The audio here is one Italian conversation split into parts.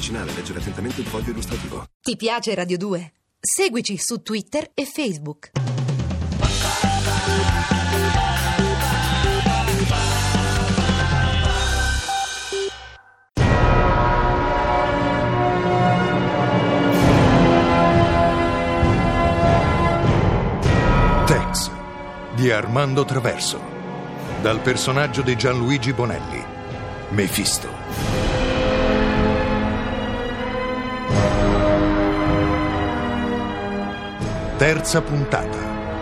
medicinale. Leggere attentamente il foglio illustrativo. Ti piace Radio 2? Seguici su Twitter e Facebook. Tex di Armando Traverso, dal personaggio di Gianluigi Bonelli, Mefisto. Terza puntata.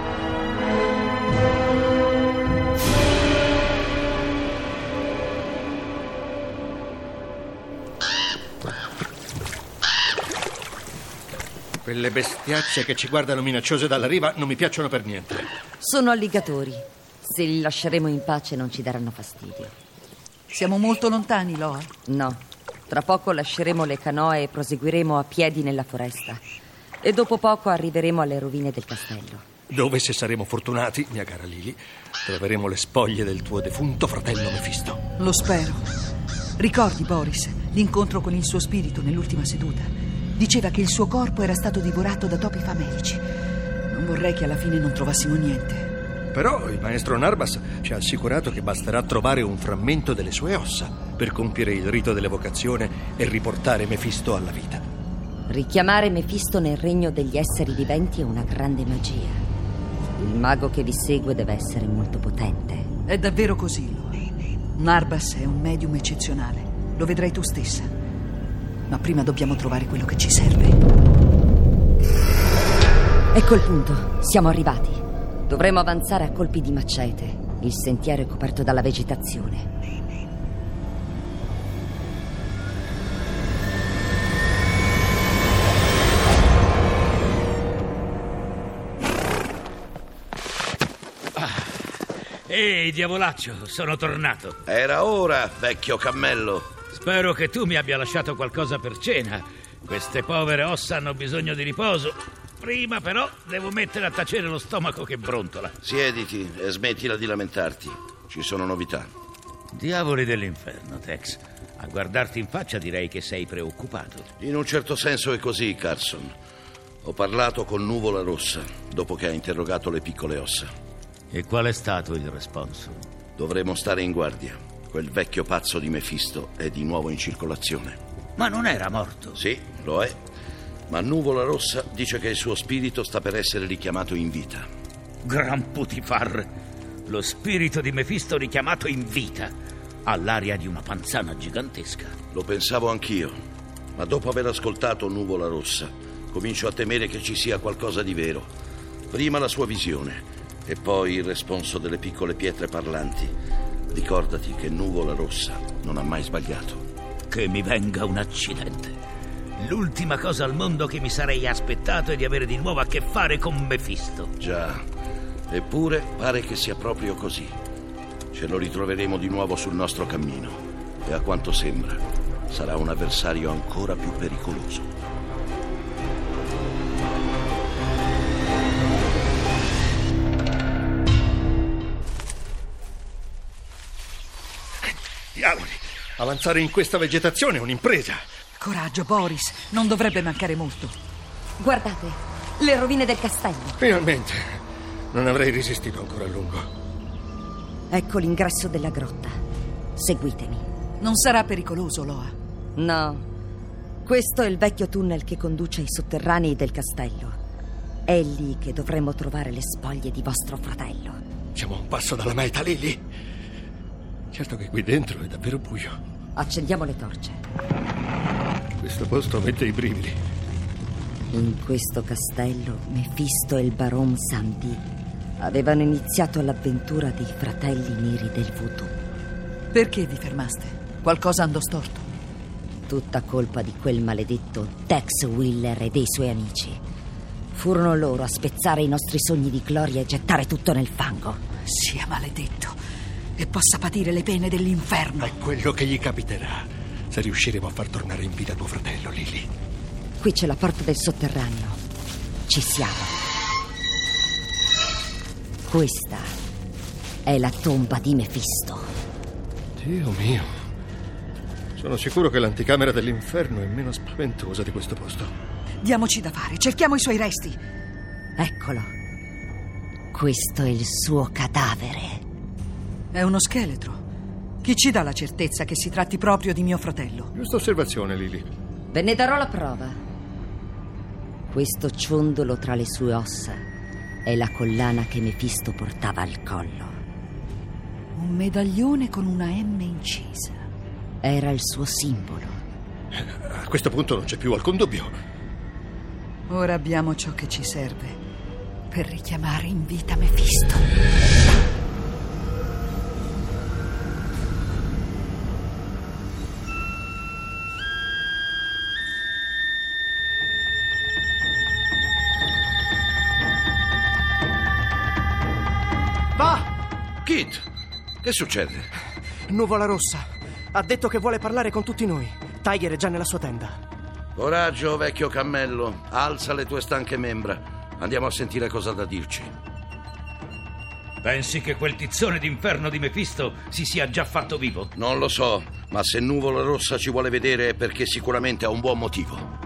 Quelle bestiacce che ci guardano minacciose dalla riva non mi piacciono per niente. Sono alligatori. Se li lasceremo in pace non ci daranno fastidio. Siamo molto lontani, Loa? No, tra poco lasceremo le canoe e proseguiremo a piedi nella foresta. E dopo poco arriveremo alle rovine del castello. Dove, se saremo fortunati, mia cara Lily, troveremo le spoglie del tuo defunto fratello Mefisto. Lo spero. Ricordi, Boris, l'incontro con il suo spirito nell'ultima seduta? Diceva che il suo corpo era stato divorato da topi famelici. Non vorrei che alla fine non trovassimo niente. Però il maestro Narbas ci ha assicurato che basterà trovare un frammento delle sue ossa per compiere il rito dell'evocazione e riportare Mefisto alla vita. Richiamare Mefisto nel regno degli esseri viventi è una grande magia. Il mago che vi segue deve essere molto potente. È davvero così, Loa. Narbas è un medium eccezionale. Lo vedrai tu stessa. Ma prima dobbiamo trovare quello che ci serve. Ecco il punto, siamo arrivati. Dovremo avanzare a colpi di macete. Il sentiero è coperto dalla vegetazione. Ehi, diavolaccio, sono tornato. Era ora, vecchio cammello. Spero che tu mi abbia lasciato qualcosa per cena. Queste povere ossa hanno bisogno di riposo. Prima però devo mettere a tacere lo stomaco che brontola. Siediti e smettila di lamentarti. Ci sono novità. Diavoli dell'inferno, Tex. A guardarti in faccia direi che sei preoccupato. In un certo senso è così, Carson. Ho parlato con Nuvola Rossa dopo che ha interrogato le piccole ossa. E qual è stato il responso? Dovremo stare in guardia. Quel vecchio pazzo di Mefisto è di nuovo in circolazione. Ma non era morto? Sì, lo è. Ma Nuvola Rossa dice che il suo spirito sta per essere richiamato in vita. Gran putifar! Lo spirito di Mefisto richiamato in vita. Ha l'aria di una panzana gigantesca. Lo pensavo anch'io. Ma dopo aver ascoltato Nuvola Rossa, comincio a temere che ci sia qualcosa di vero. Prima la sua visione e poi il responso delle piccole pietre parlanti. Ricordati che Nuvola Rossa non ha mai sbagliato. Che mi venga un accidente. L'ultima cosa al mondo che mi sarei aspettato è di avere di nuovo a che fare con Mefisto. Già, eppure pare che sia proprio così. Ce lo ritroveremo di nuovo sul nostro cammino e a quanto sembra sarà un avversario ancora più pericoloso. Diavoli, avanzare in questa vegetazione è un'impresa. Coraggio, Boris, non dovrebbe mancare molto. Guardate, le rovine del castello. Finalmente, non avrei resistito ancora a lungo. Ecco l'ingresso della grotta. Seguitemi. Non sarà pericoloso, Loa? No, questo è il vecchio tunnel che conduce ai sotterranei del castello. È lì che dovremmo trovare le spoglie di vostro fratello. Siamo a un passo dalla meta, Lily. Certo che qui dentro è davvero buio. Accendiamo le torce. Questo posto mette i brividi. In questo castello Mefisto e il Baron Samedi avevano iniziato l'avventura dei fratelli neri del voodoo. Perché vi fermaste? Qualcosa andò storto? Tutta colpa di quel maledetto Tex Willer e dei suoi amici. Furono loro a spezzare i nostri sogni di gloria e gettare tutto nel fango. Sia maledetto e possa patire le pene dell'inferno. È quello che gli capiterà se riusciremo a far tornare in vita tuo fratello, Lily. Qui c'è la porta del sotterraneo. Ci siamo. Questa è la tomba di Mefisto. Dio mio, Sono sicuro che l'anticamera dell'inferno è meno spaventosa di questo posto. Diamoci da fare, cerchiamo i suoi resti. Eccolo. Questo è il suo cadavere. È uno scheletro. Chi ci dà la certezza che si tratti proprio di mio fratello? Giusta osservazione, Lily. Ve ne darò la prova. Questo ciondolo tra le sue ossa è la collana che Mefisto portava al collo. Un medaglione con una M incisa. Era il suo simbolo. A questo punto non c'è più alcun dubbio. Ora abbiamo ciò che ci serve per richiamare in vita Mefisto. Va! Kit, che succede? Nuvola Rossa. Ha detto che vuole parlare con tutti noi. Tiger è già nella sua tenda. Coraggio, vecchio cammello. Alza le tue stanche membra. Andiamo a sentire cosa ha da dirci. Pensi che quel tizzone d'inferno di Mefisto si sia già fatto vivo? Non lo so, ma se Nuvola Rossa ci vuole vedere è perché sicuramente ha un buon motivo.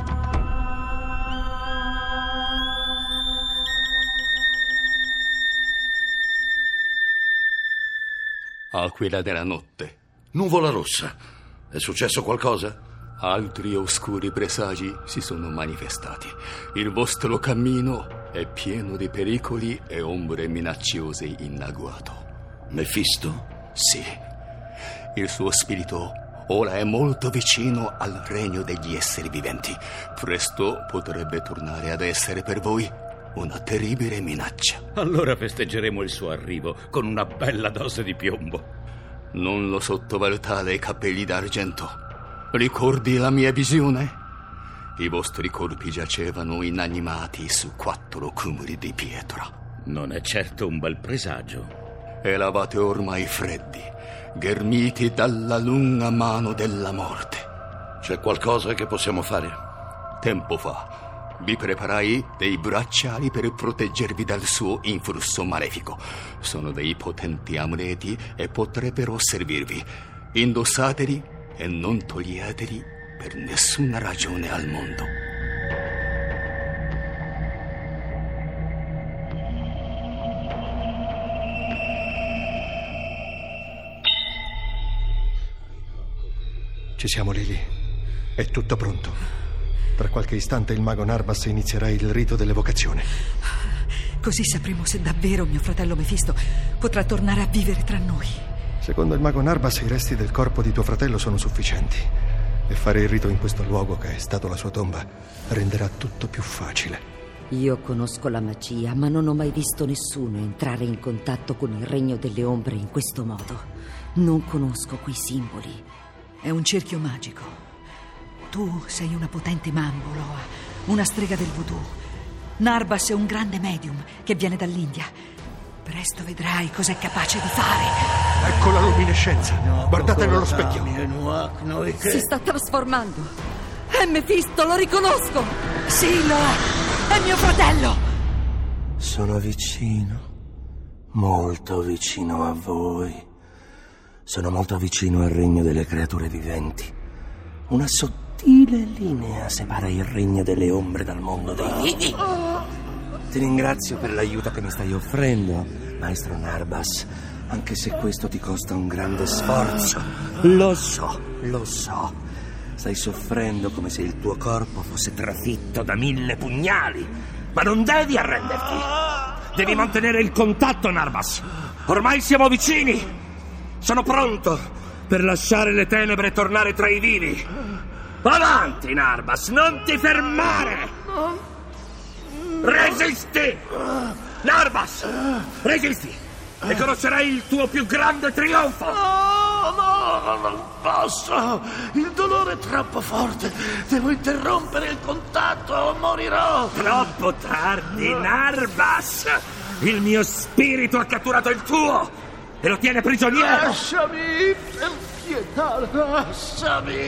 Aquila della notte. Nuvola Rossa, è successo qualcosa? Altri oscuri presagi si sono manifestati. Il vostro cammino è pieno di pericoli e ombre minacciose in agguato. Mefisto? Sì. Il suo spirito ora è molto vicino al regno degli esseri viventi. Presto potrebbe tornare ad essere per voi una terribile minaccia. Allora festeggeremo il suo arrivo con una bella dose di piombo. Non lo sottovalutare, capelli d'argento. Ricordi la mia visione? I vostri corpi giacevano inanimati su 4 cumuli di pietra. Non è certo un bel presagio. Eravate ormai freddi, ghermiti dalla lunga mano della morte. C'è qualcosa che possiamo fare? Tempo fa vi preparai dei bracciali per proteggervi dal suo influsso malefico. Sono dei potenti amuleti e potrebbero servirvi. Indossateli e non toglieteli per nessuna ragione al mondo. Ci siamo, Lily. È tutto pronto. Tra qualche istante il mago Narbas inizierà il rito dell'evocazione. Così sapremo se davvero mio fratello Mefisto potrà tornare a vivere tra noi. Secondo il mago Narbas i resti del corpo di tuo fratello sono sufficienti. E fare il rito in questo luogo, che è stato la sua tomba, renderà tutto più facile. Io conosco la magia, ma non ho mai visto nessuno entrare in contatto con il regno delle ombre in questo modo. Non conosco quei simboli. È un cerchio magico. Tu sei una potente mamboloa, una strega del voodoo. Narbas è un grande medium che viene dall'India. Presto vedrai cos'è capace di fare. Ecco la luminescenza. Guardate nello specchio. Si sta trasformando. È Mefisto, lo riconosco. Sì, lo è. È mio fratello. Sono vicino, molto vicino a voi. Sono molto vicino al regno delle creature viventi. Una sottile linea separa il regno delle ombre dal mondo dei vivi. Ti ringrazio per l'aiuto che mi stai offrendo, maestro Narbas, anche se questo ti costa un grande sforzo. Lo so. Stai soffrendo come se il tuo corpo fosse trafitto da 1000 pugnali, ma non devi arrenderti. Devi mantenere il contatto, Narbas. Ormai siamo vicini. Sono pronto per lasciare le tenebre e tornare tra i vivi. Avanti, Narbas, non ti fermare! Resisti! Narbas, resisti! E conoscerai il tuo più grande trionfo! No, non posso! Il dolore è troppo forte! Devo interrompere il contatto o morirò! Troppo tardi, Narbas! Il mio spirito ha catturato il tuo e lo tiene prigioniero! Lasciami! Per pietà, lasciami!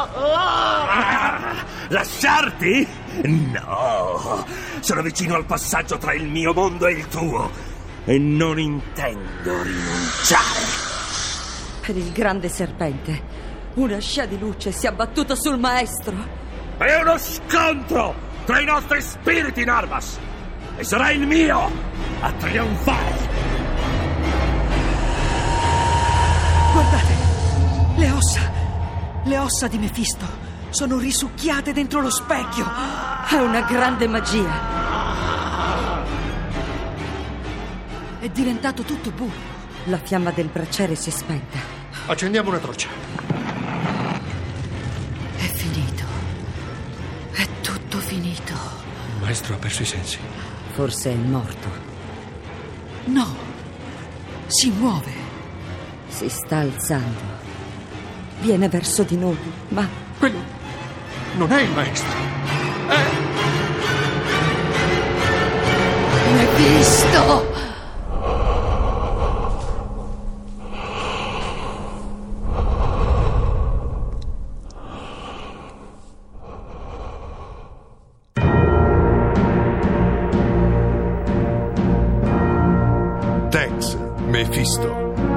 Lasciarti? No! Sono vicino al passaggio tra il mio mondo e il tuo e non intendo rinunciare. Per il grande serpente, Una scia di luce si è abbattuta sul maestro. È uno scontro tra i nostri spiriti, Narvas, e sarà il mio a trionfare. Guardate, le ossa di Mefisto sono risucchiate dentro lo specchio. È una grande magia. È diventato tutto buio. La fiamma del braciere si è spenta. Accendiamo una torcia. È finito. È tutto finito. Il maestro ha perso i sensi. Forse è morto. No, si muove. Si sta alzando. Viene verso di noi, ma... Quello non è il maestro. Mefisto! Tex Mefisto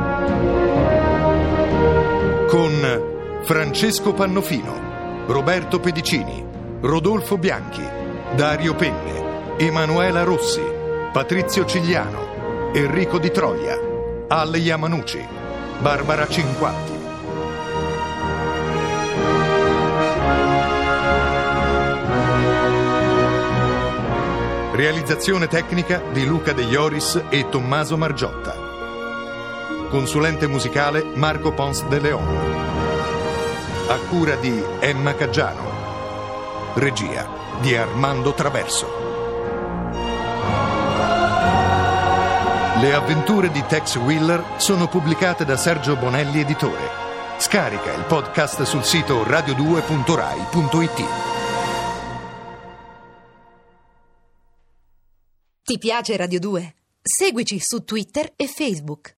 con Francesco Pannofino, Roberto Pedicini, Rodolfo Bianchi, Dario Penne, Emanuela Rossi, Patrizio Cigliano, Enrico Di Troia, Alle Yamanucci, Barbara Cinquatti. Realizzazione tecnica di Luca De Ioris e Tommaso Margiotta. Consulente musicale Marco Pons de Leon. A cura di Emma Caggiano. Regia di Armando Traverso. Le avventure di Tex Willer sono pubblicate da Sergio Bonelli Editore. Scarica il podcast sul sito radio2.rai.it. Ti piace Radio 2? Seguici su Twitter e Facebook.